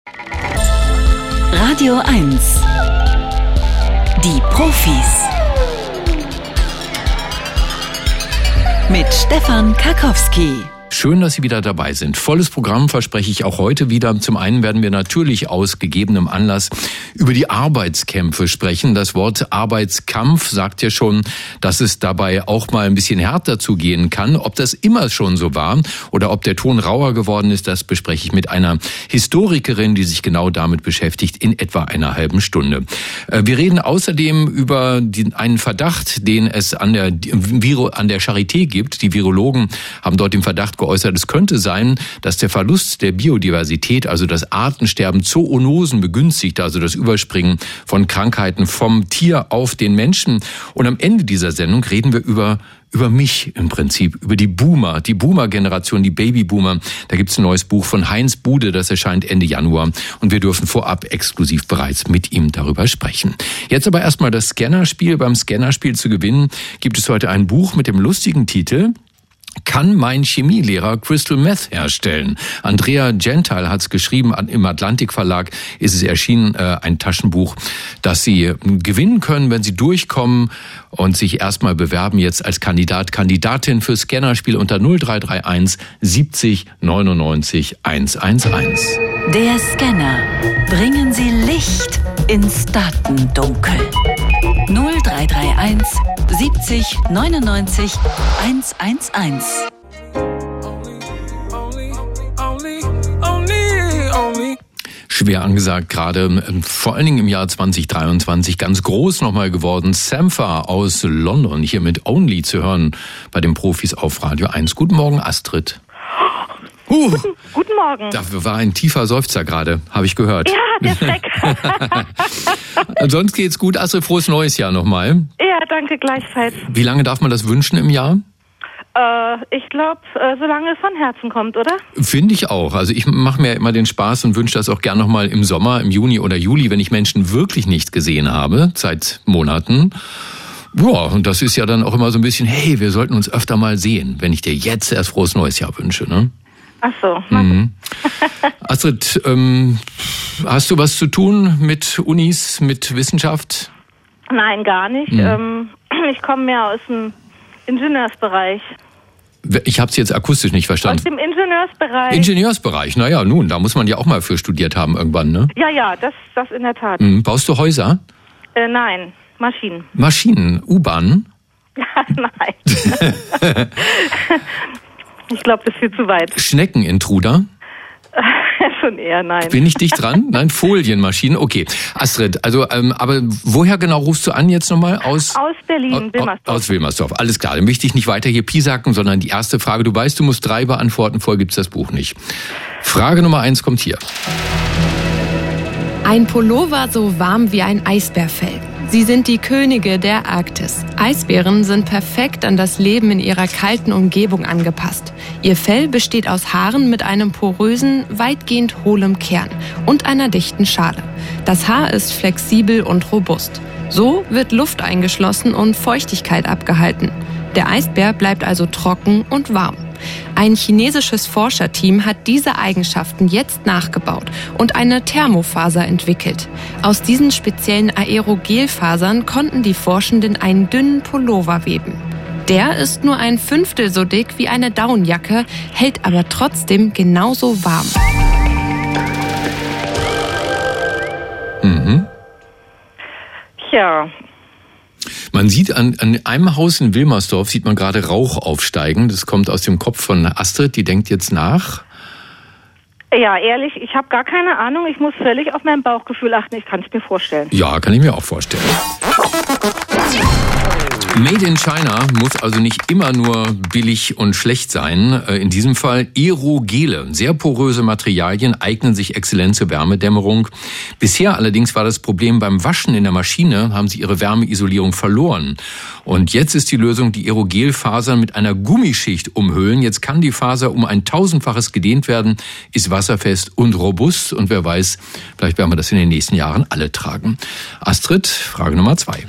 Radio 1. Die Profis. Mit Stefan Karkowski. Schön, dass Sie wieder dabei sind. Volles Programm verspreche ich auch heute wieder. Zum einen werden wir natürlich aus gegebenem Anlass über die Arbeitskämpfe sprechen. Das Wort Arbeitskampf sagt ja schon, dass es dabei auch mal ein bisschen härter zugehen kann. Ob das immer schon so war oder ob der Ton rauer geworden ist, das bespreche ich mit einer Historikerin, die sich genau damit beschäftigt, in etwa einer halben Stunde. Wir reden außerdem über einen Verdacht, den es an der Charité gibt. Die Virologen haben dort den Verdacht geäußert, es könnte sein, dass der Verlust der Biodiversität, also das Artensterben, Zoonosen begünstigt, also das Überspringen von Krankheiten vom Tier auf den Menschen. Und am Ende dieser Sendung reden wir über mich im Prinzip, über die Boomer-Generation, die Babyboomer. Da gibt's ein neues Buch von Heinz Bude, das erscheint Ende Januar. Und wir dürfen vorab exklusiv bereits mit ihm darüber sprechen. Jetzt aber erstmal das Scannerspiel. Beim Scannerspiel zu gewinnen gibt es heute ein Buch mit dem lustigen Titel Kann mein Chemielehrer Crystal Meth herstellen? Andrea Gentile hat es geschrieben, im Atlantik Verlag ist es erschienen, ein Taschenbuch, das Sie gewinnen können, wenn Sie durchkommen und sich erstmal bewerben jetzt als Kandidatin für Scannerspiel unter 0331 70 99 111. Der Scanner. Bringen Sie Licht ins Datendunkel. 0331 70 99 111. Schwer angesagt gerade, vor allen Dingen im Jahr 2023, ganz groß nochmal geworden. Sampha aus London, hier mit Only zu hören bei den Profis auf Radio 1. Guten Morgen, Astrid. Guten Morgen. Da war ein tiefer Seufzer gerade, habe ich gehört. Ja, der Schreck. Sonst geht's gut. Astrid, frohes neues Jahr nochmal. Ja, danke gleichfalls. Wie lange darf man das wünschen im Jahr? Ich glaube, solange es von Herzen kommt, oder? Finde ich auch. Also ich mache mir immer den Spaß und wünsche das auch gern nochmal im Sommer, im Juni oder Juli, wenn ich Menschen wirklich nicht gesehen habe, seit Monaten. Ja, und das ist ja dann auch immer so ein bisschen, hey, wir sollten uns öfter mal sehen, wenn ich dir jetzt erst frohes neues Jahr wünsche, ne? Ach so. Astrid, hast du was zu tun mit Unis, mit Wissenschaft? Nein, gar nicht. Ich komme mehr aus dem Ingenieursbereich. Ich habe es jetzt akustisch nicht verstanden. Aus dem Ingenieursbereich. Ingenieursbereich, naja, nun, da muss man ja auch mal für studiert haben irgendwann, ne? Ja, das in der Tat. Baust du Häuser? Nein, Maschinen. Maschinen, U-Bahnen? Nein. Ich glaube, das ist viel zu weit. Schneckenintruder? Schon eher, nein. Bin ich dicht dran? Nein, Folienmaschinen. Okay. Astrid, also, aber woher genau rufst du an jetzt nochmal? Aus Berlin, Wilmersdorf. Aus Wilmersdorf. Alles klar. Dann will ich dich nicht weiter hier piesacken, sondern die erste Frage. Du weißt, du musst 3 beantworten. Vorher gibt's das Buch nicht. Frage Nummer 1 kommt hier. Ein Pullover so warm wie ein Eisbärfell. Sie sind die Könige der Arktis. Eisbären sind perfekt an das Leben in ihrer kalten Umgebung angepasst. Ihr Fell besteht aus Haaren mit einem porösen, weitgehend hohlem Kern und einer dichten Schale. Das Haar ist flexibel und robust. So wird Luft eingeschlossen und Feuchtigkeit abgehalten. Der Eisbär bleibt also trocken und warm. Ein chinesisches Forscherteam hat diese Eigenschaften jetzt nachgebaut und eine Thermofaser entwickelt. Aus diesen speziellen Aerogelfasern konnten die Forschenden einen dünnen Pullover weben. Der ist nur ein 1/5 so dick wie eine Daunenjacke, hält aber trotzdem genauso warm. Tja. Man sieht an einem Haus in Wilmersdorf, sieht man gerade Rauch aufsteigen. Das kommt aus dem Kopf von Astrid, die denkt jetzt nach. Ja, ehrlich, ich habe gar keine Ahnung. Ich muss völlig auf mein Bauchgefühl achten. Ich kann es mir vorstellen. Ja, kann ich mir auch vorstellen. Made in China muss also nicht immer nur billig und schlecht sein. In diesem Fall Aerogele. Sehr poröse Materialien eignen sich exzellent zur Wärmedämmerung. Bisher allerdings war das Problem beim Waschen in der Maschine, haben sie ihre Wärmeisolierung verloren. Und jetzt ist die Lösung, die Aerogelfasern mit einer Gummischicht umhüllen. Jetzt kann die Faser um ein 1000-faches gedehnt werden, ist wasserfest und robust. Und wer weiß, vielleicht werden wir das in den nächsten Jahren alle tragen. Astrid, Frage Nummer 2.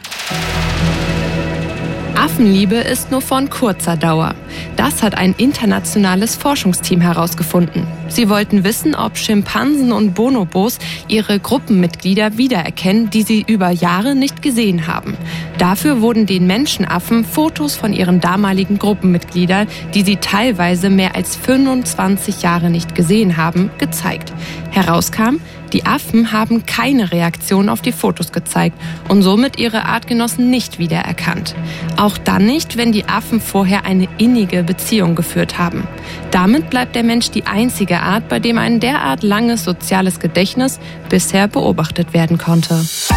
Affenliebe ist nur von kurzer Dauer. Das hat ein internationales Forschungsteam herausgefunden. Sie wollten wissen, ob Schimpansen und Bonobos ihre Gruppenmitglieder wiedererkennen, die sie über Jahre nicht gesehen haben. Dafür wurden den Menschenaffen Fotos von ihren damaligen Gruppenmitgliedern, die sie teilweise mehr als 25 Jahre nicht gesehen haben, gezeigt. Herauskam, die Affen haben keine Reaktion auf die Fotos gezeigt und somit ihre Artgenossen nicht wiedererkannt. Auch dann nicht, wenn die Affen vorher eine innige Beziehung geführt haben. Damit bleibt der Mensch die einzige Art, bei dem ein derart langes soziales Gedächtnis bisher beobachtet werden konnte.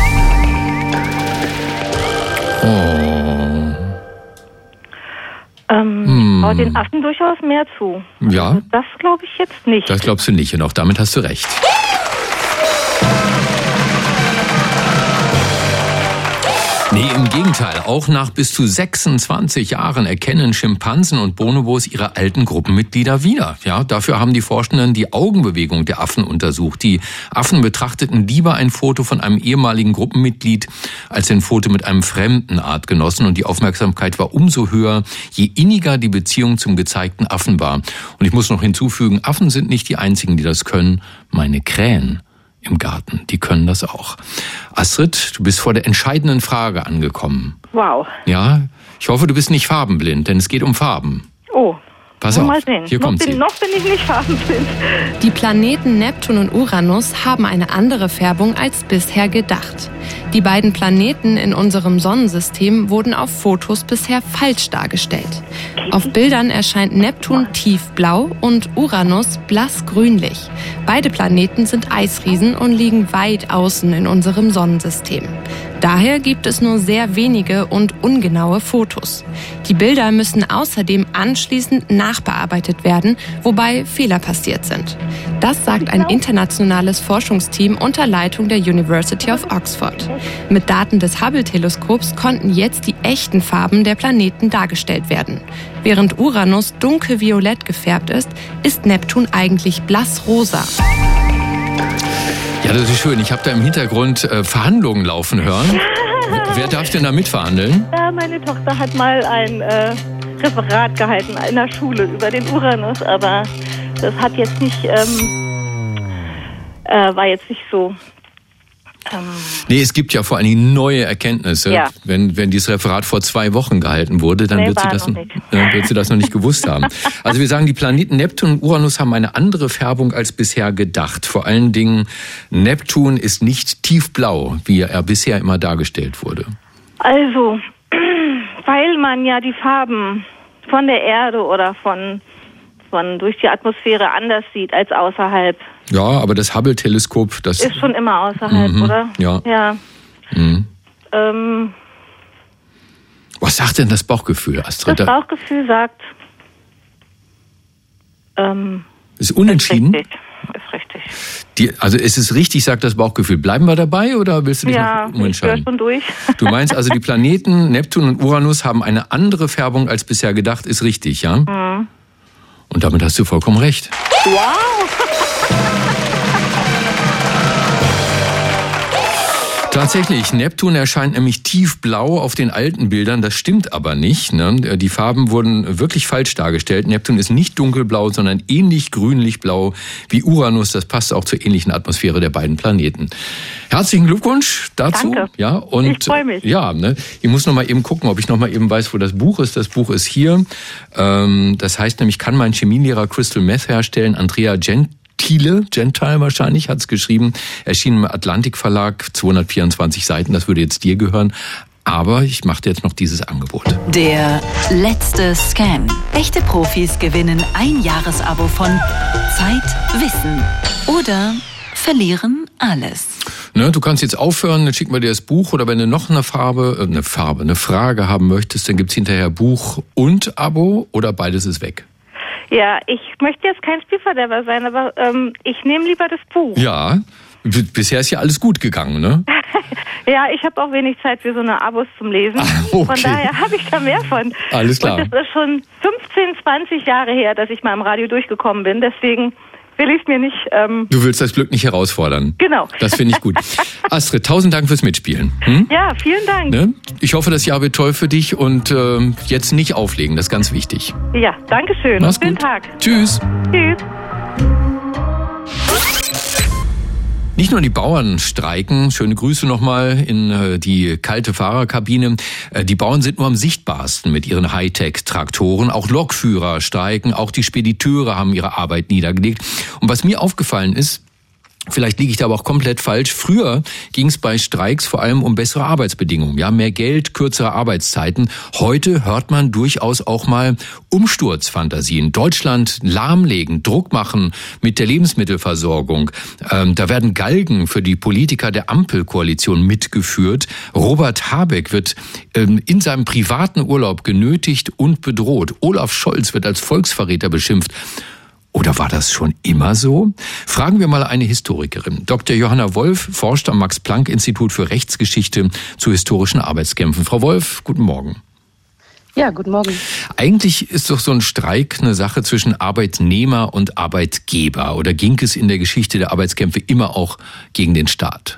Ich traue den Affen durchaus mehr zu. Ja? Also das glaube ich jetzt nicht. Das glaubst du nicht und auch damit hast du recht. Nee, im Gegenteil. Auch nach bis zu 26 Jahren erkennen Schimpansen und Bonobos ihre alten Gruppenmitglieder wieder. Ja, dafür haben die Forschenden die Augenbewegung der Affen untersucht. Die Affen betrachteten lieber ein Foto von einem ehemaligen Gruppenmitglied als ein Foto mit einem fremden Artgenossen. Und die Aufmerksamkeit war umso höher, je inniger die Beziehung zum gezeigten Affen war. Und ich muss noch hinzufügen, Affen sind nicht die einzigen, die das können. Meine Krähen im Garten, die können das auch. Astrid, du bist vor der entscheidenden Frage angekommen. Wow. Ja, ich hoffe, du bist nicht farbenblind, denn es geht um Farben. Oh. Pass auf, mal sehen. hier kommt sie. Noch bin ich nicht farbenblind. Die Planeten Neptun und Uranus haben eine andere Färbung als bisher gedacht. Die beiden Planeten in unserem Sonnensystem wurden auf Fotos bisher falsch dargestellt. Auf Bildern erscheint Neptun tiefblau und Uranus blassgrünlich. Beide Planeten sind Eisriesen und liegen weit außen in unserem Sonnensystem. Daher gibt es nur sehr wenige und ungenaue Fotos. Die Bilder müssen außerdem anschließend nachbearbeitet werden, wobei Fehler passiert sind. Das sagt ein internationales Forschungsteam unter Leitung der University of Oxford. Mit Daten des Hubble-Teleskops konnten jetzt die echten Farben der Planeten dargestellt werden. Während Uranus dunkelviolett gefärbt ist, ist Neptun eigentlich blassrosa. Ja, das ist schön. Ich habe da im Hintergrund Verhandlungen laufen hören. Wer darf denn da mitverhandeln? Ja, meine Tochter hat mal ein Referat gehalten in der Schule über den Uranus, aber das hat jetzt nicht, war jetzt nicht so. Nee, es gibt ja vor allen Dingen neue Erkenntnisse. Ja. Wenn dieses Referat vor 2 Wochen gehalten wurde, dann wird sie das noch nicht gewusst haben. Also wir sagen, die Planeten Neptun und Uranus haben eine andere Färbung als bisher gedacht. Vor allen Dingen Neptun ist nicht tiefblau, wie er bisher immer dargestellt wurde. Also, weil man ja die Farben von der Erde oder von durch die Atmosphäre anders sieht als außerhalb. Ja, aber das Hubble-Teleskop, das ist schon immer außerhalb, oder? Ja. Ja. Mhm. Was sagt denn das Bauchgefühl, Astrid? Das Bauchgefühl sagt, ist unentschieden? Ist richtig. Also es ist richtig, sagt das Bauchgefühl. Bleiben wir dabei oder willst du dich noch umentscheiden? Ich schon durch. Du meinst also, die Planeten Neptun und Uranus haben eine andere Färbung als bisher gedacht, ist richtig, ja? Mhm. Und damit hast du vollkommen recht. Wow! Tatsächlich, Neptun erscheint nämlich tiefblau auf den alten Bildern, das stimmt aber nicht. Ne? Die Farben wurden wirklich falsch dargestellt. Neptun ist nicht dunkelblau, sondern ähnlich grünlich-blau wie Uranus. Das passt auch zur ähnlichen Atmosphäre der beiden Planeten. Herzlichen Glückwunsch dazu. Danke. Ja, und ich freue mich. Ja, ne? Ich muss noch mal eben gucken, ob ich noch mal eben weiß, wo das Buch ist. Das Buch ist hier. Das heißt nämlich, kann mein Chemielehrer Crystal Meth herstellen? Andrea Gentile wahrscheinlich hat's geschrieben, erschienen im Atlantik Verlag, 224 Seiten, das würde jetzt dir gehören. Aber ich mache dir jetzt noch dieses Angebot. Der letzte Scan. Echte Profis gewinnen ein Jahresabo von Zeit, Wissen oder verlieren alles. Ne, du kannst jetzt aufhören, dann schicken wir dir das Buch, oder wenn du noch eine Frage haben möchtest, dann gibt's hinterher Buch und Abo oder beides ist weg. Ja, ich möchte jetzt kein Spielverderber sein, aber ich nehme lieber das Buch. Ja, bisher ist ja alles gut gegangen, ne? Ja, ich habe auch wenig Zeit für so eine Abos zum Lesen. Okay. Von daher habe ich da mehr von. Alles klar. Und es ist schon 15, 20 Jahre her, dass ich mal im Radio durchgekommen bin. Deswegen will ich es mir nicht... Du willst das Glück nicht herausfordern. Genau. Das finde ich gut. Astrid, 1000 Dank fürs Mitspielen. Ja, vielen Dank. Ne? Ich hoffe, das Jahr wird toll für dich und jetzt nicht auflegen, das ist ganz wichtig. Ja, danke schön. Mach's gut. Schönen Tag. Tschüss. Tschüss. Nicht nur die Bauern streiken, schöne Grüße nochmal in die kalte Fahrerkabine. Die Bauern sind nur am sichtbarsten mit ihren Hightech-Traktoren. Auch Lokführer streiken, auch die Spediteure haben ihre Arbeit niedergelegt. Und was mir aufgefallen ist, vielleicht liege ich da aber auch komplett falsch. Früher ging es bei Streiks vor allem um bessere Arbeitsbedingungen, ja, mehr Geld, kürzere Arbeitszeiten. Heute hört man durchaus auch mal Umsturzfantasien. Deutschland lahmlegen, Druck machen mit der Lebensmittelversorgung. Da werden Galgen für die Politiker der Ampelkoalition mitgeführt. Robert Habeck wird in seinem privaten Urlaub genötigt und bedroht. Olaf Scholz wird als Volksverräter beschimpft. Oder war das schon immer so? Fragen wir mal eine Historikerin. Dr. Johanna Wolf forscht am Max-Planck-Institut für Rechtsgeschichte zu historischen Arbeitskämpfen. Frau Wolf, guten Morgen. Ja, guten Morgen. Eigentlich ist doch so ein Streik eine Sache zwischen Arbeitnehmer und Arbeitgeber. Oder ging es in der Geschichte der Arbeitskämpfe immer auch gegen den Staat?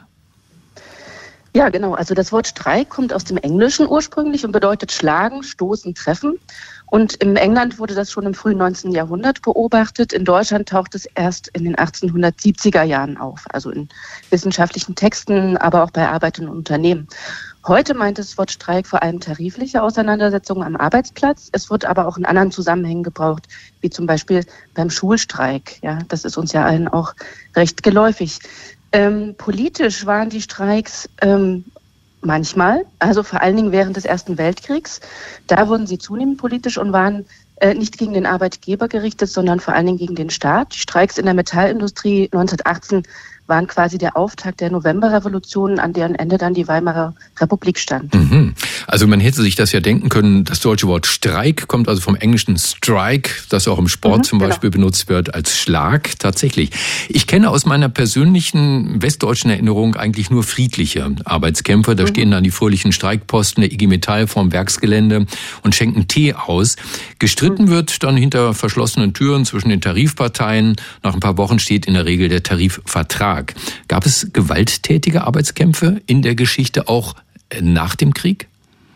Ja, genau. Also das Wort Streik kommt aus dem Englischen ursprünglich und bedeutet schlagen, stoßen, treffen. Und in England wurde das schon im frühen 19. Jahrhundert beobachtet. In Deutschland taucht es erst in den 1870er Jahren auf, also in wissenschaftlichen Texten, aber auch bei Arbeit in Unternehmen. Heute meint das Wort Streik vor allem tarifliche Auseinandersetzungen am Arbeitsplatz. Es wird aber auch in anderen Zusammenhängen gebraucht, wie zum Beispiel beim Schulstreik. Ja, das ist uns ja allen auch recht geläufig. Politisch waren die Streiks manchmal, also vor allen Dingen während des Ersten Weltkriegs. Da wurden sie zunehmend politisch und waren nicht gegen den Arbeitgeber gerichtet, sondern vor allen Dingen gegen den Staat. Die Streiks in der Metallindustrie 1918 waren quasi der Auftakt der Novemberrevolution, an deren Ende dann die Weimarer Republik stand. Also man hätte sich das ja denken können, das deutsche Wort Streik kommt also vom englischen Strike, das auch im Sport zum Beispiel benutzt wird als Schlag. Tatsächlich. Ich kenne aus meiner persönlichen westdeutschen Erinnerung eigentlich nur friedliche Arbeitskämpfe. Da stehen dann die fröhlichen Streikposten der IG Metall vorm Werksgelände und schenken Tee aus. Gestritten wird dann hinter verschlossenen Türen zwischen den Tarifparteien. Nach ein paar Wochen steht in der Regel der Tarifvertrag. Gab es gewalttätige Arbeitskämpfe in der Geschichte auch nach dem Krieg?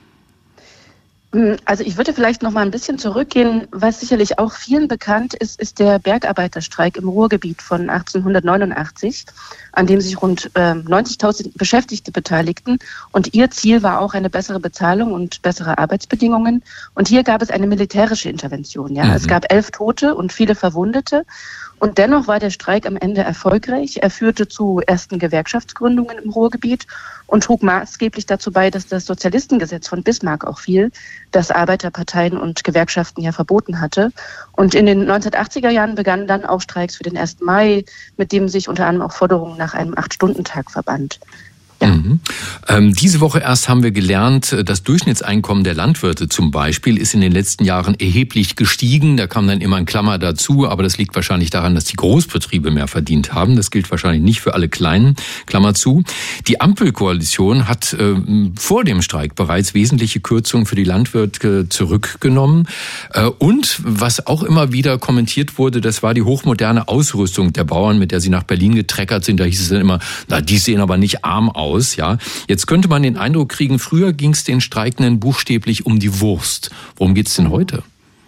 Also ich würde vielleicht noch mal ein bisschen zurückgehen. Was sicherlich auch vielen bekannt ist, ist der Bergarbeiterstreik im Ruhrgebiet von 1889, an dem sich rund 90.000 Beschäftigte beteiligten. Und ihr Ziel war auch eine bessere Bezahlung und bessere Arbeitsbedingungen. Und hier gab es eine militärische Intervention. Ja, Es gab 11 Tote und viele Verwundete. Und dennoch war der Streik am Ende erfolgreich. Er führte zu ersten Gewerkschaftsgründungen im Ruhrgebiet und trug maßgeblich dazu bei, dass das Sozialistengesetz von Bismarck auch fiel, das Arbeiterparteien und Gewerkschaften ja verboten hatte. Und in den 1980er Jahren begannen dann auch Streiks für den 1. Mai, mit dem sich unter anderem auch Forderungen nach einem 8-Stunden-Tag verband. Ja. Diese Woche erst haben wir gelernt, das Durchschnittseinkommen der Landwirte zum Beispiel ist in den letzten Jahren erheblich gestiegen. Da kam dann immer ein Klammer dazu, aber das liegt wahrscheinlich daran, dass die Großbetriebe mehr verdient haben. Das gilt wahrscheinlich nicht für alle Kleinen, Klammer zu. Die Ampelkoalition hat vor dem Streik bereits wesentliche Kürzungen für die Landwirte zurückgenommen. Und was auch immer wieder kommentiert wurde, das war die hochmoderne Ausrüstung der Bauern, mit der sie nach Berlin getreckert sind. Da hieß es dann immer, na, die sehen aber nicht arm aus. Ja, jetzt könnte man den Eindruck kriegen, früher ging es den Streikenden buchstäblich um die Wurst. Worum geht's denn heute?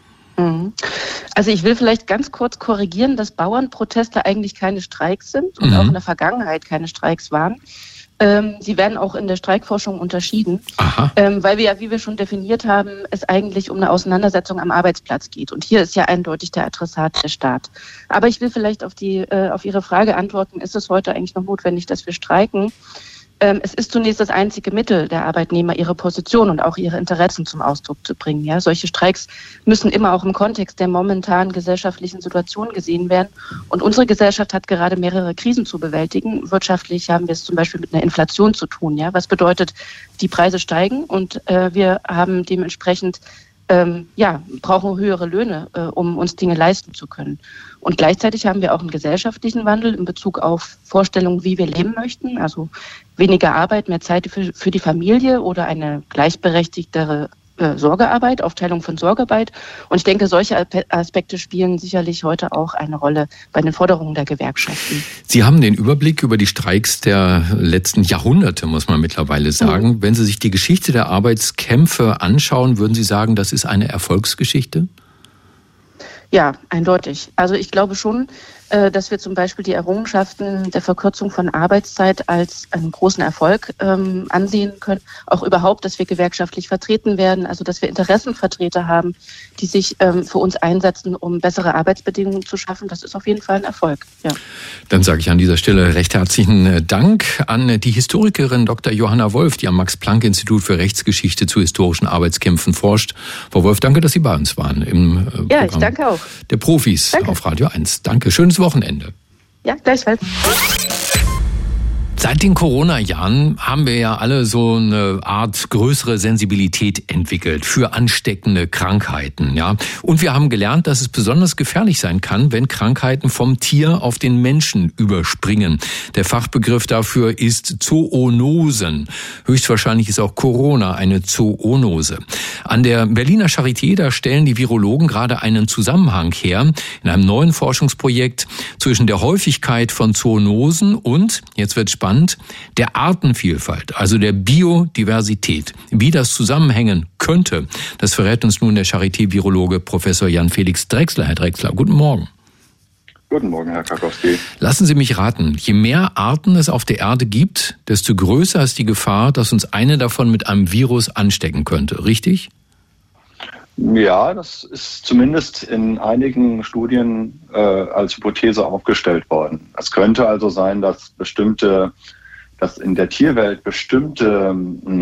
Also ich will vielleicht ganz kurz korrigieren, dass Bauernproteste eigentlich keine Streiks sind und auch in der Vergangenheit keine Streiks waren. Sie werden auch in der Streikforschung unterschieden, weil wir ja, wie wir schon definiert haben, es eigentlich um eine Auseinandersetzung am Arbeitsplatz geht. Und hier ist ja eindeutig der Adressat der Staat. Aber ich will vielleicht auf Ihre Frage antworten, ist es heute eigentlich noch notwendig, dass wir streiken? Es ist zunächst das einzige Mittel der Arbeitnehmer, ihre Position und auch ihre Interessen zum Ausdruck zu bringen. Ja, solche Streiks müssen immer auch im Kontext der momentanen gesellschaftlichen Situation gesehen werden. Und unsere Gesellschaft hat gerade mehrere Krisen zu bewältigen. Wirtschaftlich haben wir es zum Beispiel mit einer Inflation zu tun. Ja, was bedeutet, die Preise steigen und wir haben dementsprechend brauchen höhere Löhne, um uns Dinge leisten zu können. Und gleichzeitig haben wir auch einen gesellschaftlichen Wandel in Bezug auf Vorstellungen, wie wir leben möchten. Also weniger Arbeit, mehr Zeit für die Familie oder eine gleichberechtigtere Sorgearbeit, Aufteilung von Sorgearbeit. Und ich denke, solche Aspekte spielen sicherlich heute auch eine Rolle bei den Forderungen der Gewerkschaften. Sie haben den Überblick über die Streiks der letzten Jahrhunderte, muss man mittlerweile sagen. Wenn Sie sich die Geschichte der Arbeitskämpfe anschauen, würden Sie sagen, das ist eine Erfolgsgeschichte? Ja, eindeutig. Also ich glaube schon, dass wir zum Beispiel die Errungenschaften der Verkürzung von Arbeitszeit als einen großen Erfolg ansehen können. Auch überhaupt, dass wir gewerkschaftlich vertreten werden, also dass wir Interessenvertreter haben, die sich für uns einsetzen, um bessere Arbeitsbedingungen zu schaffen. Das ist auf jeden Fall ein Erfolg. Ja. Dann sage ich an dieser Stelle recht herzlichen Dank an die Historikerin Dr. Johanna Wolf, die am Max-Planck-Institut für Rechtsgeschichte zu historischen Arbeitskämpfen forscht. Frau Wolf, danke, dass Sie bei uns waren im Programm. Ja, ich danke auch. Der Profis auf Radio 1. Danke, schönes Wochenende. Ja, gleichfalls. Seit den Corona-Jahren haben wir ja alle so eine Art größere Sensibilität entwickelt für ansteckende Krankheiten, ja. Und wir haben gelernt, dass es besonders gefährlich sein kann, wenn Krankheiten vom Tier auf den Menschen überspringen. Der Fachbegriff dafür ist Zoonose. Höchstwahrscheinlich ist auch Corona eine Zoonose. An der Berliner Charité, da stellen die Virologen gerade einen Zusammenhang her in einem neuen Forschungsprojekt zwischen der Häufigkeit von Zoonosen und, jetzt wird spannend, der Artenvielfalt, also der Biodiversität. Wie das zusammenhängen könnte, das verrät uns nun der Charité-Virologe Professor Jan-Felix Drechsler. Herr Drechsler, guten Morgen. Guten Morgen, Herr Karkowski. Lassen Sie mich raten, je mehr Arten es auf der Erde gibt, desto größer ist die Gefahr, dass uns eine davon mit einem Virus anstecken könnte, richtig? Ja, das ist zumindest in einigen Studien als Hypothese aufgestellt worden. Es könnte also sein, dass in der Tierwelt bestimmte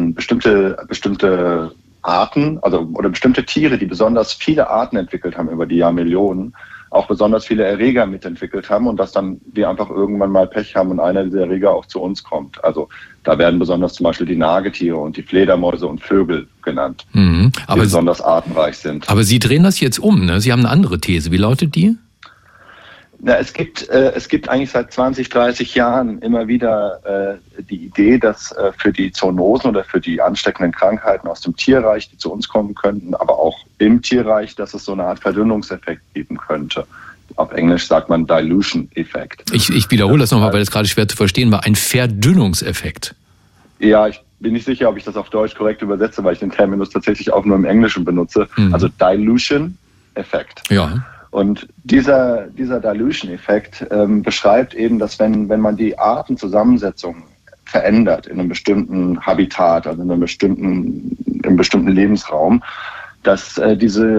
Arten, oder bestimmte Tiere, die besonders viele Arten entwickelt haben über die Jahrmillionen, auch besonders viele Erreger mitentwickelt haben und dass dann wir einfach irgendwann mal Pech haben und einer dieser Erreger auch zu uns kommt. Also da werden besonders zum Beispiel die Nagetiere und die Fledermäuse und Vögel genannt, die besonders artenreich sind. Aber Sie drehen das jetzt um, ne? Sie haben eine andere These. Wie lautet die? Na, es gibt eigentlich seit 20, 30 Jahren immer wieder die Idee, dass für die Zoonosen oder für die ansteckenden Krankheiten aus dem Tierreich, die zu uns kommen könnten, aber auch im Tierreich, dass es so eine Art Verdünnungseffekt geben könnte. Auf Englisch sagt man Dilution-Effekt. Ich wiederhole das nochmal, weil das gerade schwer zu verstehen war. Ein Verdünnungseffekt. Ja, ich bin nicht sicher, ob ich das auf Deutsch korrekt übersetze, weil ich den Terminus tatsächlich auch nur im Englischen benutze. Also Dilution-Effekt. Ja. Und dieser Dilution-Effekt beschreibt eben, dass wenn man die Artenzusammensetzung verändert in einem bestimmten Habitat, also in einem bestimmten Lebensraum, dass das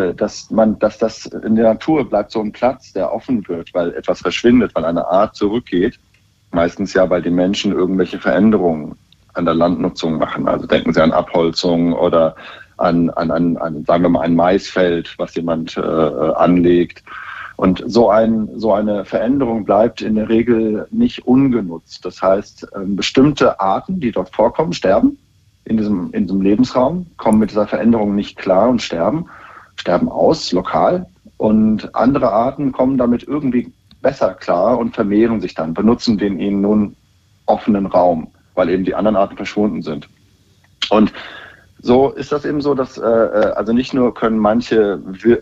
in der Natur bleibt so ein Platz, der offen wird, weil etwas verschwindet, weil eine Art zurückgeht. Meistens ja, weil die Menschen irgendwelche Veränderungen an der Landnutzung machen. Also denken Sie an Abholzung oder an sagen wir mal, ein Maisfeld, was jemand anlegt. Und so eine Veränderung bleibt in der Regel nicht ungenutzt. Das heißt, bestimmte Arten, die dort vorkommen, sterben in diesem Lebensraum, kommen mit dieser Veränderung nicht klar und sterben aus, lokal. Und andere Arten kommen damit irgendwie besser klar und vermehren sich dann, benutzen den ihnen nun offenen Raum, weil eben die anderen Arten verschwunden sind. Und so ist das eben so, dass also nicht nur können manche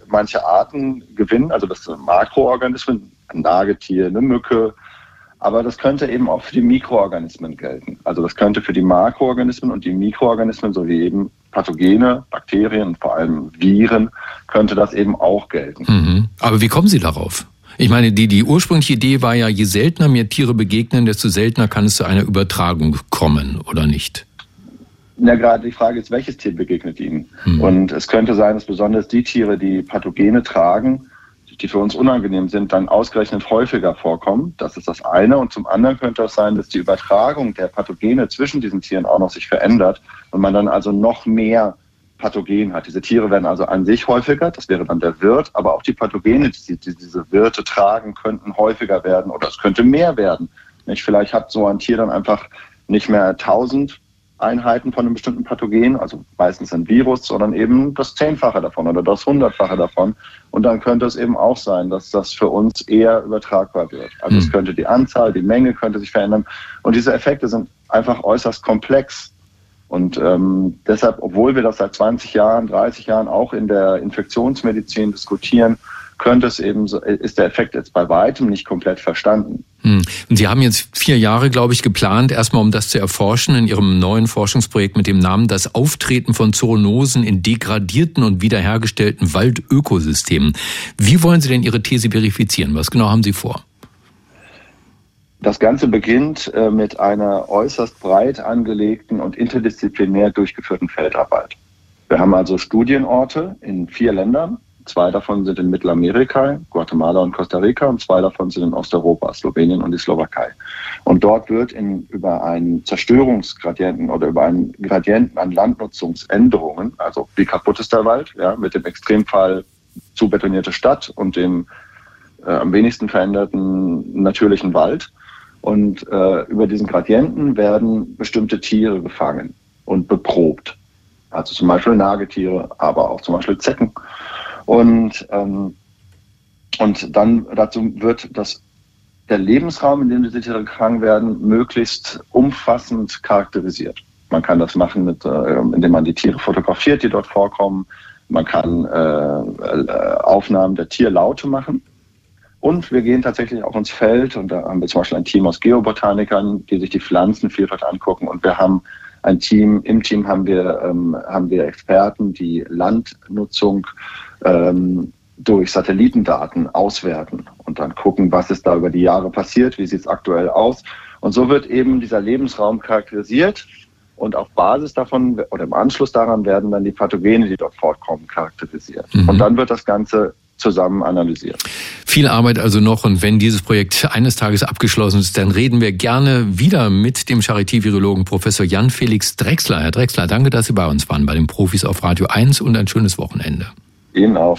Arten gewinnen, also das sind Makroorganismen, ein Nagetier, eine Mücke, aber das könnte eben auch für die Mikroorganismen gelten. Also das könnte für die Makroorganismen und die Mikroorganismen sowie eben Pathogene, Bakterien und vor allem Viren, könnte das eben auch gelten. Mhm. Aber wie kommen Sie darauf? Ich meine, die ursprüngliche Idee war ja, je seltener mir Tiere begegnen, desto seltener kann es zu einer Übertragung kommen, oder nicht? Ja, gerade die Frage ist, welches Tier begegnet Ihnen? Mhm. Und es könnte sein, dass besonders die Tiere, die Pathogene tragen, die für uns unangenehm sind, dann ausgerechnet häufiger vorkommen. Das ist das eine. Und zum anderen könnte es sein, dass die Übertragung der Pathogene zwischen diesen Tieren auch noch sich verändert und man dann also noch mehr Pathogen hat. Diese Tiere werden also an sich häufiger, das wäre dann der Wirt, aber auch die Pathogene, die diese Wirte tragen, könnten häufiger werden oder es könnte mehr werden. Vielleicht hat so ein Tier dann einfach nicht mehr 1000 Einheiten von einem bestimmten Pathogen, also meistens ein Virus, sondern eben das 10-fache davon oder das 100-fache davon. Und dann könnte es eben auch sein, dass das für uns eher übertragbar wird. Also es könnte die Anzahl, die Menge könnte sich verändern. Und diese Effekte sind einfach äußerst komplex. Und deshalb, obwohl wir das seit 20 Jahren, 30 Jahren auch in der Infektionsmedizin diskutieren, ist der Effekt jetzt bei weitem nicht komplett verstanden. Und Sie haben jetzt 4 Jahre, glaube ich, geplant, erstmal um das zu erforschen, in Ihrem neuen Forschungsprojekt mit dem Namen Das Auftreten von Zoonosen in degradierten und wiederhergestellten Waldökosystemen. Wie wollen Sie denn Ihre These verifizieren? Was genau haben Sie vor? Das Ganze beginnt mit einer äußerst breit angelegten und interdisziplinär durchgeführten Feldarbeit. Wir haben also Studienorte in 4 Ländern. 2 davon sind in Mittelamerika, Guatemala und Costa Rica, und 2 davon sind in Osteuropa, Slowenien und die Slowakei. Und dort wird über einen Zerstörungsgradienten oder über einen Gradienten an Landnutzungsänderungen, also wie kaputt ist der Wald, ja, mit dem Extremfall zu betonierte Stadt und dem am wenigsten veränderten natürlichen Wald. Und über diesen Gradienten werden bestimmte Tiere gefangen und beprobt. Also zum Beispiel Nagetiere, aber auch zum Beispiel Zecken. Und dann dazu wird der Lebensraum, in dem diese Tiere gefangen werden, möglichst umfassend charakterisiert. Man kann das machen, indem man die Tiere fotografiert, die dort vorkommen. Man kann Aufnahmen der Tierlaute machen. Und wir gehen tatsächlich auch ins Feld, und da haben wir zum Beispiel ein Team aus Geobotanikern, die sich die Pflanzenvielfalt angucken, und wir haben im Team haben wir Experten, die Landnutzung durch Satellitendaten auswerten und dann gucken, was ist da über die Jahre passiert, wie sieht es aktuell aus. Und so wird eben dieser Lebensraum charakterisiert, und auf Basis davon oder im Anschluss daran werden dann die Pathogene, die dort fortkommen, charakterisiert. Und dann wird das Ganze zusammen analysiert. Viel Arbeit also noch, und wenn dieses Projekt eines Tages abgeschlossen ist, dann reden wir gerne wieder mit dem Charité-Virologen Professor Jan-Felix Drechsler. Herr Drechsler, danke, dass Sie bei uns waren, bei den Profis auf Radio 1, und ein schönes Wochenende. Ihnen auch.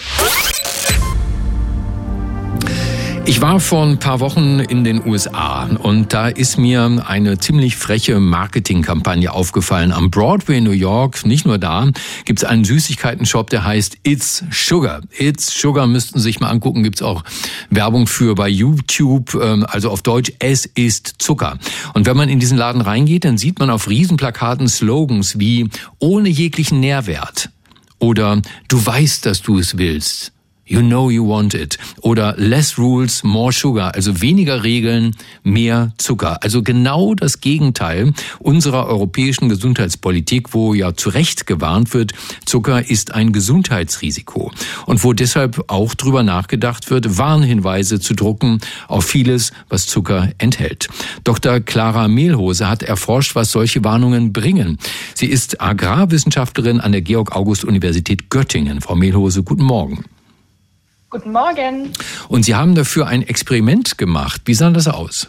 Ich war vor ein paar Wochen in den USA, und da ist mir eine ziemlich freche Marketingkampagne aufgefallen. Am Broadway in New York, nicht nur da, gibt's einen Süßigkeiten-Shop, der heißt It's Sugar. It's Sugar müssten Sie sich mal angucken, gibt's auch Werbung für bei YouTube, also auf Deutsch, es ist Zucker. Und wenn man in diesen Laden reingeht, dann sieht man auf Riesenplakaten Slogans wie ohne jeglichen Nährwert oder du weißt, dass du es willst. You know you want it. Oder less rules, more sugar. Also weniger Regeln, mehr Zucker. Also genau das Gegenteil unserer europäischen Gesundheitspolitik, wo ja zu Recht gewarnt wird, Zucker ist ein Gesundheitsrisiko. Und wo deshalb auch drüber nachgedacht wird, Warnhinweise zu drucken auf vieles, was Zucker enthält. Dr. Clara Mehlhose hat erforscht, was solche Warnungen bringen. Sie ist Agrarwissenschaftlerin an der Georg-August-Universität Göttingen. Frau Mehlhose, guten Morgen. Guten Morgen. Und Sie haben dafür ein Experiment gemacht. Wie sah das aus?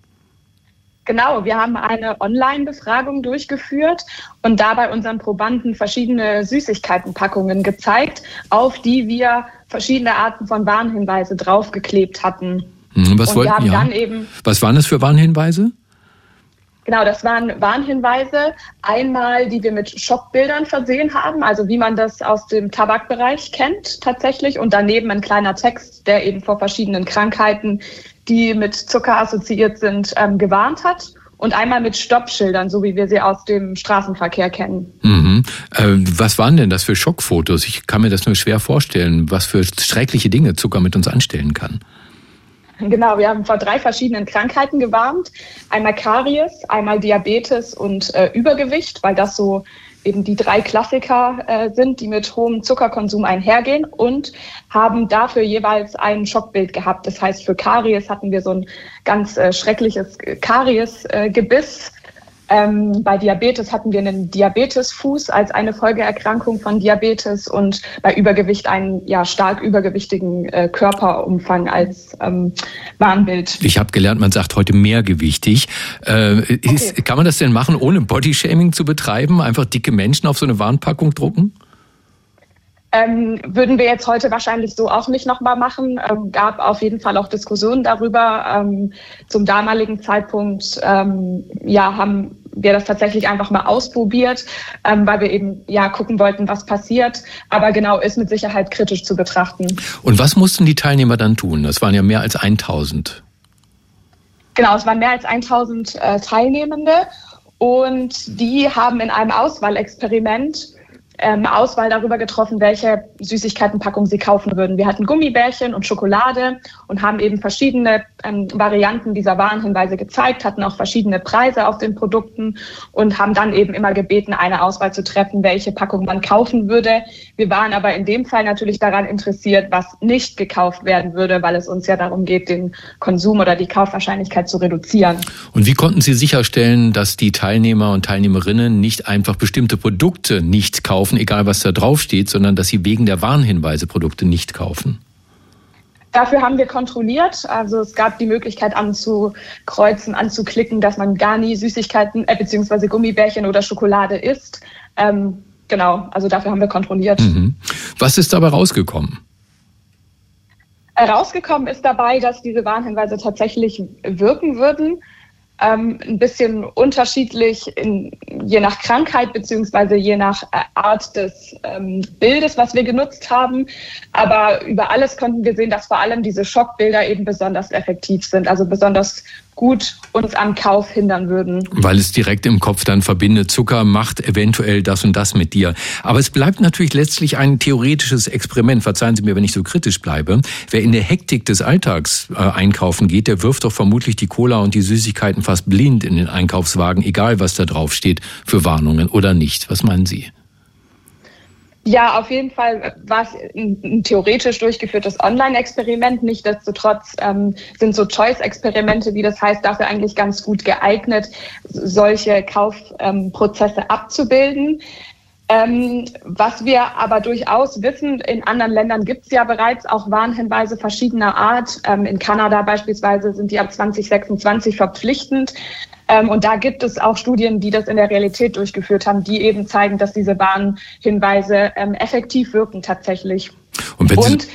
Genau, wir haben eine Online-Befragung durchgeführt und dabei unseren Probanden verschiedene Süßigkeitenpackungen gezeigt, auf die wir verschiedene Arten von Warnhinweise draufgeklebt hatten. Was waren das für Warnhinweise? Genau, das waren Warnhinweise, einmal, die wir mit Schockbildern versehen haben, also wie man das aus dem Tabakbereich kennt tatsächlich, und daneben ein kleiner Text, der eben vor verschiedenen Krankheiten, die mit Zucker assoziiert sind, gewarnt hat, und einmal mit Stoppschildern, so wie wir sie aus dem Straßenverkehr kennen. Was waren denn das für Schockfotos? Ich kann mir das nur schwer vorstellen, was für schreckliche Dinge Zucker mit uns anstellen kann. Genau, wir haben vor 3 verschiedenen Krankheiten gewarnt. Einmal Karies, einmal Diabetes und Übergewicht, weil das so eben die 3 Klassiker sind, die mit hohem Zuckerkonsum einhergehen, und haben dafür jeweils ein Schockbild gehabt. Das heißt, für Karies hatten wir so ein ganz schreckliches Kariesgebiss. Bei Diabetes hatten wir einen Diabetesfuß als eine Folgeerkrankung von Diabetes, und bei Übergewicht einen stark übergewichtigen Körperumfang als Warnbild. Ich habe gelernt, man sagt heute mehrgewichtig. Okay. Kann man das denn machen, ohne Bodyshaming zu betreiben? Einfach dicke Menschen auf so eine Warnpackung drucken? Würden wir jetzt heute wahrscheinlich so auch nicht nochmal machen. Gab auf jeden Fall auch Diskussionen darüber. Zum damaligen Zeitpunkt haben wir das tatsächlich einfach mal ausprobiert, weil wir eben gucken wollten, was passiert. Aber genau, ist mit Sicherheit kritisch zu betrachten. Und was mussten die Teilnehmer dann tun? Das waren ja mehr als 1000. Genau, es waren mehr als 1000 Teilnehmende, und die haben in einem Auswahlexperiment Auswahl darüber getroffen, welche Süßigkeitenpackung sie kaufen würden. Wir hatten Gummibärchen und Schokolade und haben eben verschiedene Varianten dieser Warnhinweise gezeigt, hatten auch verschiedene Preise auf den Produkten und haben dann eben immer gebeten, eine Auswahl zu treffen, welche Packung man kaufen würde. Wir waren aber in dem Fall natürlich daran interessiert, was nicht gekauft werden würde, weil es uns ja darum geht, den Konsum oder die Kaufwahrscheinlichkeit zu reduzieren. Und wie konnten Sie sicherstellen, dass die Teilnehmer und Teilnehmerinnen nicht einfach bestimmte Produkte nicht kaufen, egal was da drauf steht, sondern dass sie wegen der Warnhinweise Produkte nicht kaufen? Dafür haben wir kontrolliert. Also es gab die Möglichkeit anzukreuzen, anzuklicken, dass man gar nie Süßigkeiten bzw. Gummibärchen oder Schokolade isst. Genau, also dafür haben wir kontrolliert. Mhm. Was ist dabei rausgekommen? Rausgekommen ist dabei, dass diese Warnhinweise tatsächlich wirken würden. Ein bisschen unterschiedlich je nach Krankheit beziehungsweise je nach Art des Bildes, was wir genutzt haben. Aber über alles konnten wir sehen, dass vor allem diese Schockbilder eben besonders effektiv sind, also besonders gut uns am Kauf hindern würden. Weil es direkt im Kopf dann verbindet, Zucker macht eventuell das und das mit dir. Aber es bleibt natürlich letztlich ein theoretisches Experiment. Verzeihen Sie mir, wenn ich so kritisch bleibe. Wer in der Hektik des Alltags einkaufen geht, der wirft doch vermutlich die Cola und die Süßigkeiten fast blind in den Einkaufswagen, egal was da drauf steht für Warnungen oder nicht. Was meinen Sie? Ja, auf jeden Fall war es ein theoretisch durchgeführtes Online-Experiment. Nichtsdestotrotz sind so Choice-Experimente, wie das heißt, dafür eigentlich ganz gut geeignet, solche Kaufprozesse abzubilden. Was wir aber durchaus wissen, in anderen Ländern gibt es ja bereits auch Warnhinweise verschiedener Art. In Kanada beispielsweise sind die ab 2026 verpflichtend. Und da gibt es auch Studien, die das in der Realität durchgeführt haben, die eben zeigen, dass diese Warnhinweise effektiv wirken tatsächlich. Und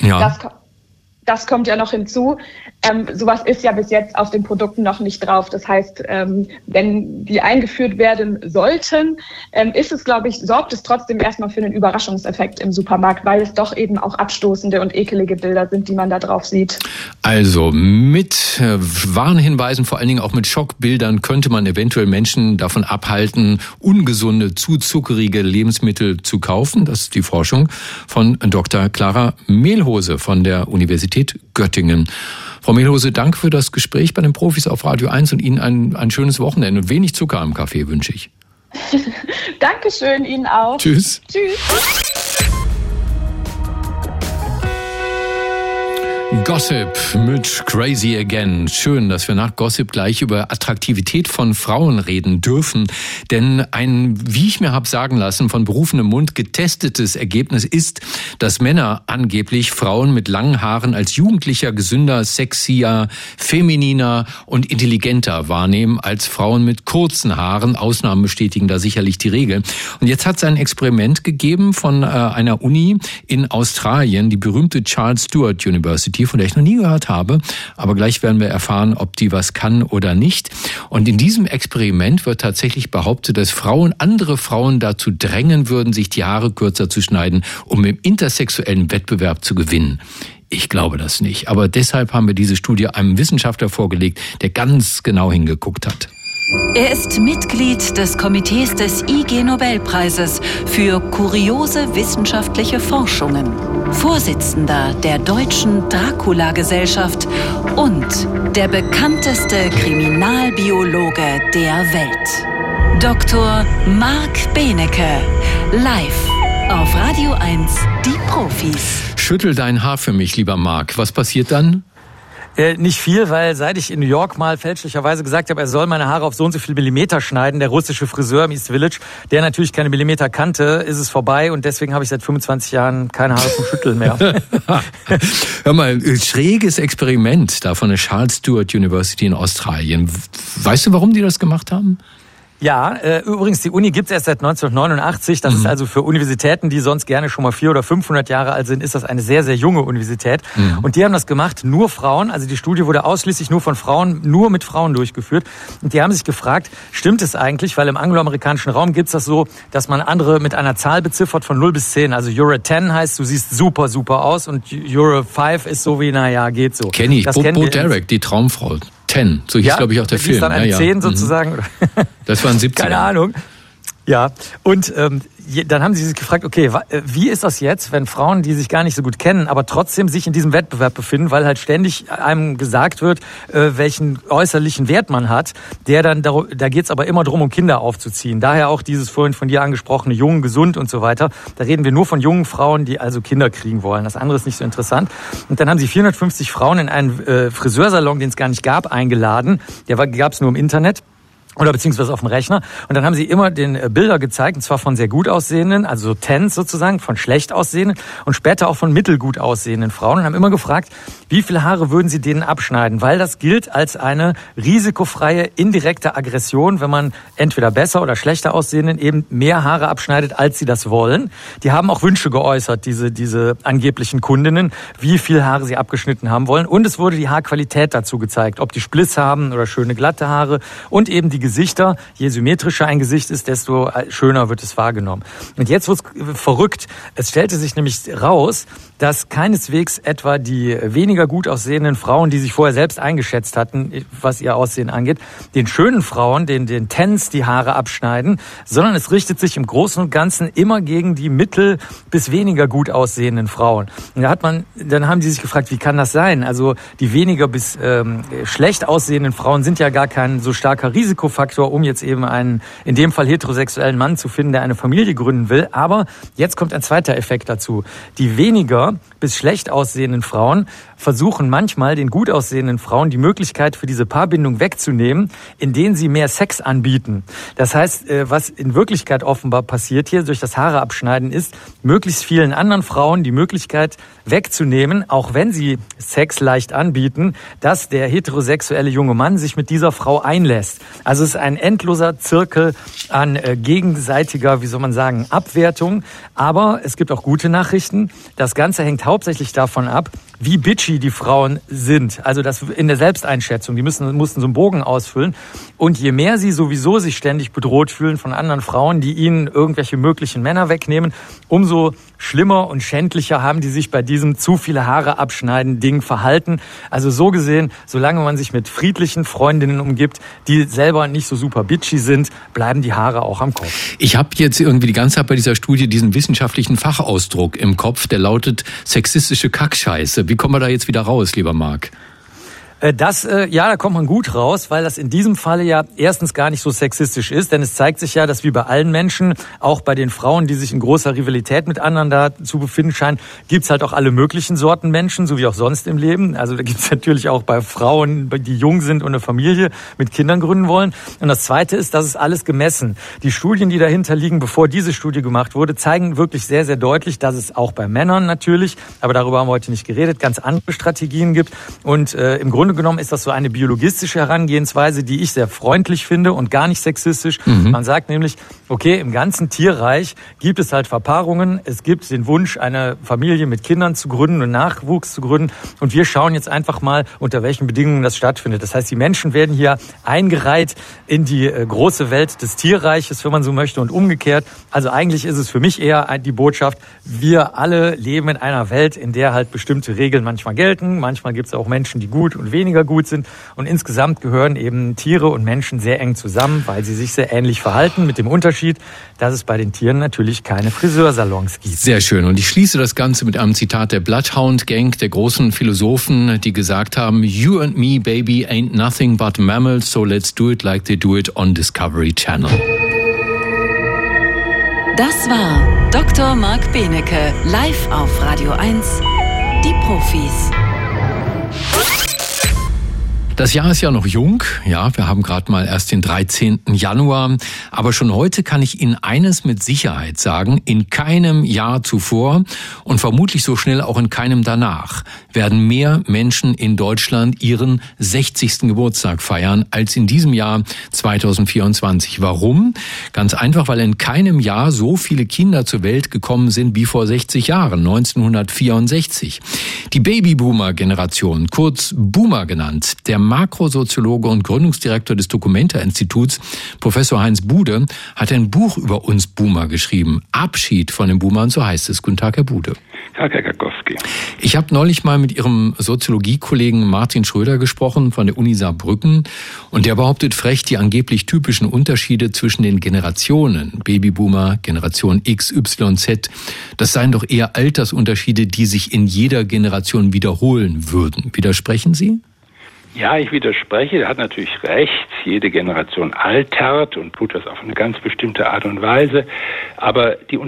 das kommt ja noch hinzu. Sowas ist ja bis jetzt auf den Produkten noch nicht drauf. Das heißt, wenn die eingeführt werden sollten, sorgt es trotzdem erstmal für einen Überraschungseffekt im Supermarkt, weil es doch eben auch abstoßende und ekelige Bilder sind, die man da drauf sieht. Also mit Warnhinweisen, vor allen Dingen auch mit Schockbildern, könnte man eventuell Menschen davon abhalten, ungesunde, zu zuckerige Lebensmittel zu kaufen. Das ist die Forschung von Dr. Clara Mehlhose von der Universität Göttingen. Frau Mehlhose, danke für das Gespräch bei den Profis auf Radio 1 und Ihnen ein schönes Wochenende und wenig Zucker im Kaffee wünsche ich. Dankeschön, Ihnen auch. Tschüss. Tschüss. Gossip mit Crazy Again. Schön, dass wir nach Gossip gleich über Attraktivität von Frauen reden dürfen. Denn ein, wie ich mir habe sagen lassen, von berufenem Mund getestetes Ergebnis ist, dass Männer angeblich Frauen mit langen Haaren als jugendlicher, gesünder, sexier, femininer und intelligenter wahrnehmen als Frauen mit kurzen Haaren. Ausnahmen bestätigen da sicherlich die Regel. Und jetzt hat es ein Experiment gegeben von einer Uni in Australien, die berühmte Charles Sturt University, von der ich noch nie gehört habe, aber gleich werden wir erfahren, ob die was kann oder nicht. Und in diesem Experiment wird tatsächlich behauptet, dass andere Frauen dazu drängen würden, sich die Haare kürzer zu schneiden, um im intersexuellen Wettbewerb zu gewinnen. Ich glaube das nicht, aber deshalb haben wir diese Studie einem Wissenschaftler vorgelegt, der ganz genau hingeguckt hat. Er ist Mitglied des Komitees des IG-Nobelpreises für kuriose wissenschaftliche Forschungen, Vorsitzender der Deutschen Dracula-Gesellschaft und der bekannteste Kriminalbiologe der Welt. Dr. Marc Benecke, live auf Radio 1, die Profis. Schüttel dein Haar für mich, lieber Marc. Was passiert dann? Nicht viel, weil seit ich in New York mal fälschlicherweise gesagt habe, er soll meine Haare auf so und so viel Millimeter schneiden, der russische Friseur im East Village, der natürlich keine Millimeter kannte, ist es vorbei und deswegen habe ich seit 25 Jahren keine Haare zum Schütteln mehr. Hör mal, schräges Experiment da von der Charles Sturt University in Australien. Weißt du, warum die das gemacht haben? Ja, übrigens, die Uni gibt's erst seit 1989. Das ist also für Universitäten, die sonst gerne schon mal 400 oder 500 Jahre alt sind, ist das eine sehr, sehr junge Universität. Und die haben das gemacht, nur Frauen. Also die Studie wurde ausschließlich nur mit Frauen durchgeführt. Und die haben sich gefragt, stimmt es eigentlich? Weil im angloamerikanischen Raum gibt's das so, dass man andere mit einer Zahl beziffert von 0 bis 10. Also you're a 10 heißt, du siehst super, super aus. Und you're a 5 ist so wie, naja, geht so. Kenn ich. Bo Derek, die Traumfrau. 10, so hieß, glaube ich, auch der Film. Dann eine 10 sozusagen. Das waren 17. Keine Ahnung. Ja, und dann haben sie sich gefragt, okay, wie ist das jetzt, wenn Frauen, die sich gar nicht so gut kennen, aber trotzdem sich in diesem Wettbewerb befinden, weil halt ständig einem gesagt wird, welchen äußerlichen Wert man hat, da geht's aber immer darum, um Kinder aufzuziehen. Daher auch dieses vorhin von dir angesprochene jung, gesund und so weiter. Da reden wir nur von jungen Frauen, die also Kinder kriegen wollen. Das andere ist nicht so interessant. Und dann haben sie 450 Frauen in einen Friseursalon, den es gar nicht gab, eingeladen. Der gab's nur im Internet. Oder beziehungsweise auf dem Rechner. Und dann haben sie immer den Bilder gezeigt, und zwar von sehr gut aussehenden, also Tens sozusagen, von schlecht aussehenden und später auch von mittelgut aussehenden Frauen und haben immer gefragt, wie viele Haare würden sie denen abschneiden? Weil das gilt als eine risikofreie, indirekte Aggression, wenn man entweder besser oder schlechter aussehenden eben mehr Haare abschneidet, als sie das wollen. Die haben auch Wünsche geäußert, diese angeblichen Kundinnen, wie viel Haare sie abgeschnitten haben wollen. Und es wurde die Haarqualität dazu gezeigt, ob die Spliss haben oder schöne glatte Haare und eben die Gesichter. Je symmetrischer ein Gesicht ist, desto schöner wird es wahrgenommen. Und jetzt wird es verrückt. Es stellte sich nämlich raus, dass keineswegs etwa die weniger gut aussehenden Frauen, die sich vorher selbst eingeschätzt hatten, was ihr Aussehen angeht, den schönen Frauen, den Tens die Haare abschneiden, sondern es richtet sich im Großen und Ganzen immer gegen die mittel- bis weniger gut aussehenden Frauen. Und dann haben die sich gefragt, wie kann das sein? Also die weniger bis schlecht aussehenden Frauen sind ja gar kein so starker Risikofaktor, um jetzt eben einen, in dem Fall heterosexuellen Mann zu finden, der eine Familie gründen will. Aber jetzt kommt ein zweiter Effekt dazu. Die weniger bis schlecht aussehenden Frauen versuchen manchmal den gut aussehenden Frauen die Möglichkeit für diese Paarbindung wegzunehmen, indem sie mehr Sex anbieten. Das heißt, was in Wirklichkeit offenbar passiert hier durch das Haare abschneiden ist, möglichst vielen anderen Frauen die Möglichkeit wegzunehmen, auch wenn sie Sex leicht anbieten, dass der heterosexuelle junge Mann sich mit dieser Frau einlässt. Also es ist ein endloser Zirkel an gegenseitiger, wie soll man sagen, Abwertung. Aber es gibt auch gute Nachrichten. Das Ganze hängt hauptsächlich davon ab, wie bitchy die Frauen sind. Also das in der Selbsteinschätzung. Die mussten so einen Bogen ausfüllen. Und je mehr sie sowieso sich ständig bedroht fühlen von anderen Frauen, die ihnen irgendwelche möglichen Männer wegnehmen, umso schlimmer und schändlicher haben die sich bei diesem zu viele Haare abschneiden Ding verhalten. Also so gesehen, solange man sich mit friedlichen Freundinnen umgibt, die selber nicht so super bitchy sind, bleiben die Haare auch am Kopf. Ich habe jetzt irgendwie die ganze Zeit bei dieser Studie diesen wissenschaftlichen Fachausdruck im Kopf, der lautet sexistische Kackscheiße. Wie kommen wir da jetzt wieder raus, lieber Marc? Da kommt man gut raus, weil das in diesem Falle ja erstens gar nicht so sexistisch ist, denn es zeigt sich ja, dass wie bei allen Menschen, auch bei den Frauen, die sich in großer Rivalität mit anderen da zu befinden scheinen, gibt's halt auch alle möglichen Sorten Menschen, so wie auch sonst im Leben. Also da gibt's natürlich auch bei Frauen, die jung sind und eine Familie mit Kindern gründen wollen. Und das Zweite ist, das ist alles gemessen. Die Studien, die dahinter liegen, bevor diese Studie gemacht wurde, zeigen wirklich sehr, sehr deutlich, dass es auch bei Männern natürlich, aber darüber haben wir heute nicht geredet, ganz andere Strategien gibt. Und im Grunde genommen ist das so eine biologistische Herangehensweise, die ich sehr freundlich finde und gar nicht sexistisch. Man sagt nämlich, okay, im ganzen Tierreich gibt es halt Verpaarungen, es gibt den Wunsch, eine Familie mit Kindern zu gründen und Nachwuchs zu gründen und wir schauen jetzt einfach mal, unter welchen Bedingungen das stattfindet. Das heißt, die Menschen werden hier eingereiht in die große Welt des Tierreiches, wenn man so möchte, und umgekehrt. Also eigentlich ist es für mich eher die Botschaft, wir alle leben in einer Welt, in der halt bestimmte Regeln manchmal gelten. Manchmal gibt es auch Menschen, die gut und weniger gut sind. Und insgesamt gehören eben Tiere und Menschen sehr eng zusammen, weil sie sich sehr ähnlich verhalten, mit dem Unterschied, dass es bei den Tieren natürlich keine Friseursalons gibt. Sehr schön. Und ich schließe das Ganze mit einem Zitat der Bloodhound Gang, der großen Philosophen, die gesagt haben, "You and me, baby, ain't nothing but mammals, so let's do it like they do it on Discovery Channel." Das war Dr. Marc Benecke, live auf Radio 1, die Profis. Das Jahr ist ja noch jung. Ja, wir haben gerade mal erst den 13. Januar. Aber schon heute kann ich Ihnen eines mit Sicherheit sagen. In keinem Jahr zuvor und vermutlich so schnell auch in keinem danach werden mehr Menschen in Deutschland ihren 60. Geburtstag feiern als in diesem Jahr 2024. Warum? Ganz einfach, weil in keinem Jahr so viele Kinder zur Welt gekommen sind wie vor 60 Jahren, 1964. Die Babyboomer-Generation, kurz Boomer genannt, der Makrosoziologe und Gründungsdirektor des Documenta-Instituts, Professor Heinz Bude, hat ein Buch über uns Boomer geschrieben. Abschied von den Boomern, so heißt es. Guten Tag, Herr Bude. Tag, Herr Gakowski. Ich habe neulich mal mit Ihrem Soziologiekollegen Martin Schröder gesprochen von der Uni Saarbrücken und der behauptet frech, die angeblich typischen Unterschiede zwischen den Generationen, Babyboomer, Generation X, Y, Z, das seien doch eher Altersunterschiede, die sich in jeder Generation wiederholen würden. Widersprechen Sie? Ja, ich widerspreche. Er hat natürlich recht. Jede Generation altert und tut das auf eine ganz bestimmte Art und Weise. Aber die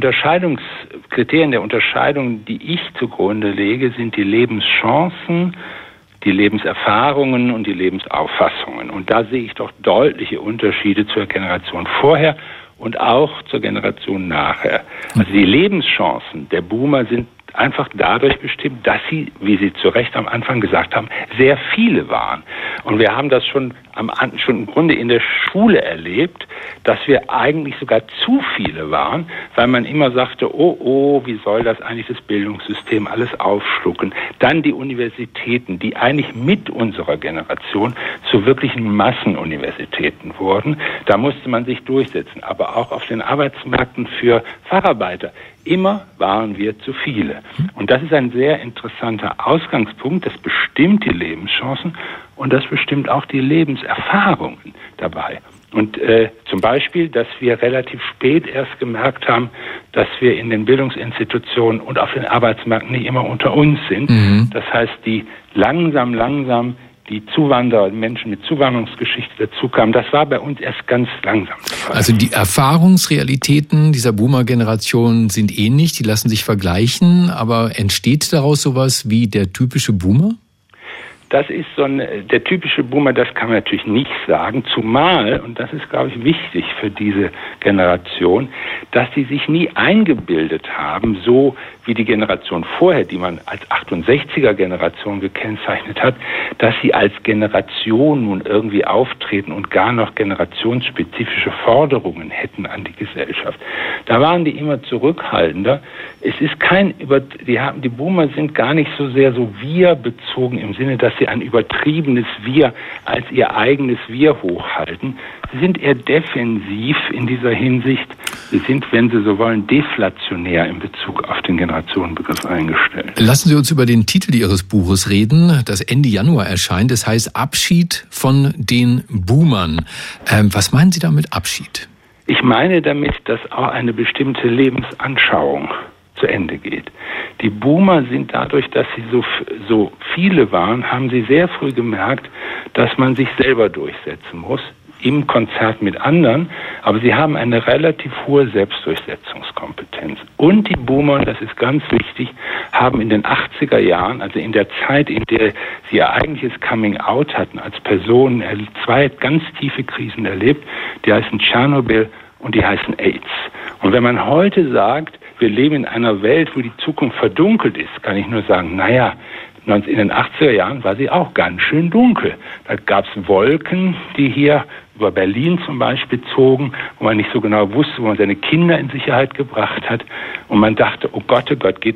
Kriterien der Unterscheidung, die ich zugrunde lege, sind die Lebenschancen, die Lebenserfahrungen und die Lebensauffassungen. Und da sehe ich doch deutliche Unterschiede zur Generation vorher und auch zur Generation nachher. Also die Lebenschancen der Boomer sind einfach dadurch bestimmt, dass sie, wie Sie zu Recht am Anfang gesagt haben, sehr viele waren. Und wir haben das schon im Grunde in der Schule erlebt, dass wir eigentlich sogar zu viele waren, weil man immer sagte, oh, wie soll das eigentlich das Bildungssystem alles aufschlucken? Dann die Universitäten, die eigentlich mit unserer Generation zu wirklichen Massenuniversitäten wurden. Da musste man sich durchsetzen, aber auch auf den Arbeitsmärkten für Facharbeiter. Immer waren wir zu viele. Und das ist ein sehr interessanter Ausgangspunkt. Das bestimmt die Lebenschancen und das bestimmt auch die Lebenserfahrungen dabei. Und zum Beispiel, dass wir relativ spät erst gemerkt haben, dass wir in den Bildungsinstitutionen und auf den Arbeitsmärkten nicht immer unter uns sind. Das heißt, die langsam die Zuwanderer, Menschen mit Zuwanderungsgeschichte dazukamen, das war bei uns erst ganz langsam der Fall. Also die Erfahrungsrealitäten dieser Boomer-Generation sind ähnlich, die lassen sich vergleichen, aber entsteht daraus sowas wie der typische Boomer? Das ist der typische Boomer, das kann man natürlich nicht sagen, zumal, und das ist, glaube ich, wichtig für diese Generation, dass sie sich nie eingebildet haben, so wie die Generation vorher, die man als 68er-Generation gekennzeichnet hat, dass sie als Generation nun irgendwie auftreten und gar noch generationsspezifische Forderungen hätten an die Gesellschaft. Da waren die immer zurückhaltender. Es ist die Boomer sind gar nicht so sehr so wir-bezogen im Sinne, dass sie ein übertriebenes Wir als ihr eigenes Wir hochhalten. Sie sind eher defensiv in dieser Hinsicht. Sie sind, wenn Sie so wollen, deflationär in Bezug auf den Generationenbegriff eingestellt. Lassen Sie uns über den Titel Ihres Buches reden, das Ende Januar erscheint. Es heißt Abschied von den Boomern. Was meinen Sie damit Abschied? Ich meine damit, dass auch eine bestimmte Lebensanschauung zu Ende geht. Die Boomer sind dadurch, dass sie so viele waren, haben sie sehr früh gemerkt, dass man sich selber durchsetzen muss, im Konzert mit anderen, aber sie haben eine relativ hohe Selbstdurchsetzungskompetenz. Und die Boomer, und das ist ganz wichtig, haben in den 80er Jahren, also in der Zeit, in der sie ihr eigentliches Coming-out hatten, als Personen zwei ganz tiefe Krisen erlebt, die heißen Tschernobyl und die heißen AIDS. Und wenn man heute sagt, wir leben in einer Welt, wo die Zukunft verdunkelt ist, kann ich nur sagen, naja, in den 80er Jahren war sie auch ganz schön dunkel. Da gab es Wolken, die hier über Berlin zum Beispiel zogen, wo man nicht so genau wusste, wo man seine Kinder in Sicherheit gebracht hat. Und man dachte, oh Gott, gehen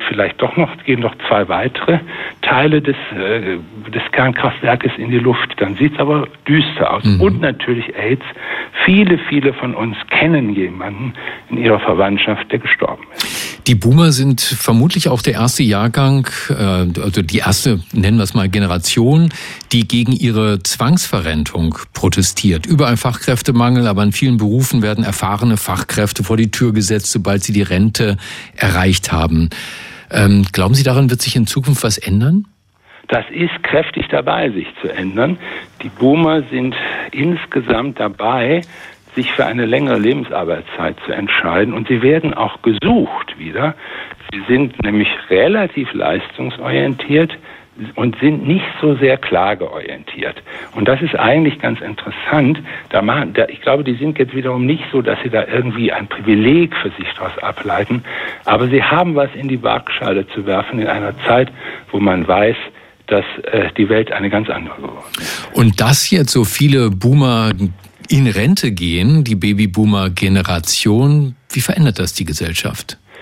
noch 2 weitere Teile des Kernkraftwerkes in die Luft. Dann sieht es aber düster aus. Und natürlich AIDS. Viele von uns kennen jemanden in ihrer Verwandtschaft, der gestorben ist. Die Boomer sind vermutlich auch der erste Jahrgang, also die erste, nennen wir es mal, Generation, die gegen ihre Zwangsverrentung protestiert. Überall Fachkräftemangel, aber in vielen Berufen werden erfahrene Fachkräfte vor die Tür gesetzt, sobald sie die Rente erreicht haben. Glauben Sie, daran wird sich in Zukunft was ändern? Das ist kräftig dabei, sich zu ändern. Die Boomer sind insgesamt dabei, sich für eine längere Lebensarbeitszeit zu entscheiden. Und sie werden auch gesucht wieder. Sie sind nämlich relativ leistungsorientiert und sind nicht so sehr klageorientiert. Und das ist eigentlich ganz interessant. Ich glaube, die sind jetzt wiederum nicht so, dass sie da irgendwie ein Privileg für sich daraus ableiten. Aber sie haben was in die Waagschale zu werfen in einer Zeit, wo man weiß, dass die Welt eine ganz andere geworden ist. Und dass jetzt so viele Boomer in Rente gehen, die Babyboomer-Generation, wie verändert das die Gesellschaft?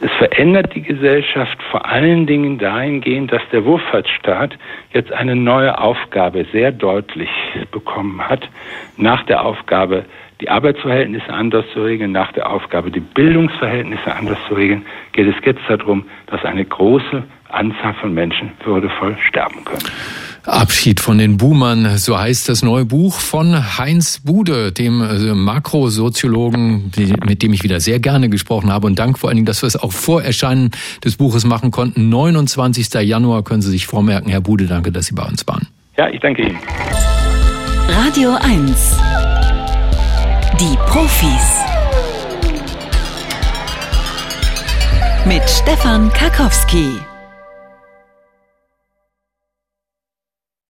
Es verändert die Gesellschaft vor allen Dingen dahingehend, dass der Wohlfahrtsstaat jetzt eine neue Aufgabe sehr deutlich bekommen hat. Nach der Aufgabe, die Arbeitsverhältnisse anders zu regeln, nach der Aufgabe, die Bildungsverhältnisse anders zu regeln, geht es jetzt darum, dass eine große Anzahl von Menschen würdevoll sterben können. Abschied von den Boomern, so heißt das neue Buch von Heinz Bude, dem Makrosoziologen, mit dem ich wieder sehr gerne gesprochen habe. Und Dank vor allen Dingen, dass wir es auch vor Erscheinen des Buches machen konnten. 29. Januar können Sie sich vormerken. Herr Bude, danke, dass Sie bei uns waren. Ja, ich danke Ihnen. Radio 1. Die Profis. Mit Stefan Karkowski.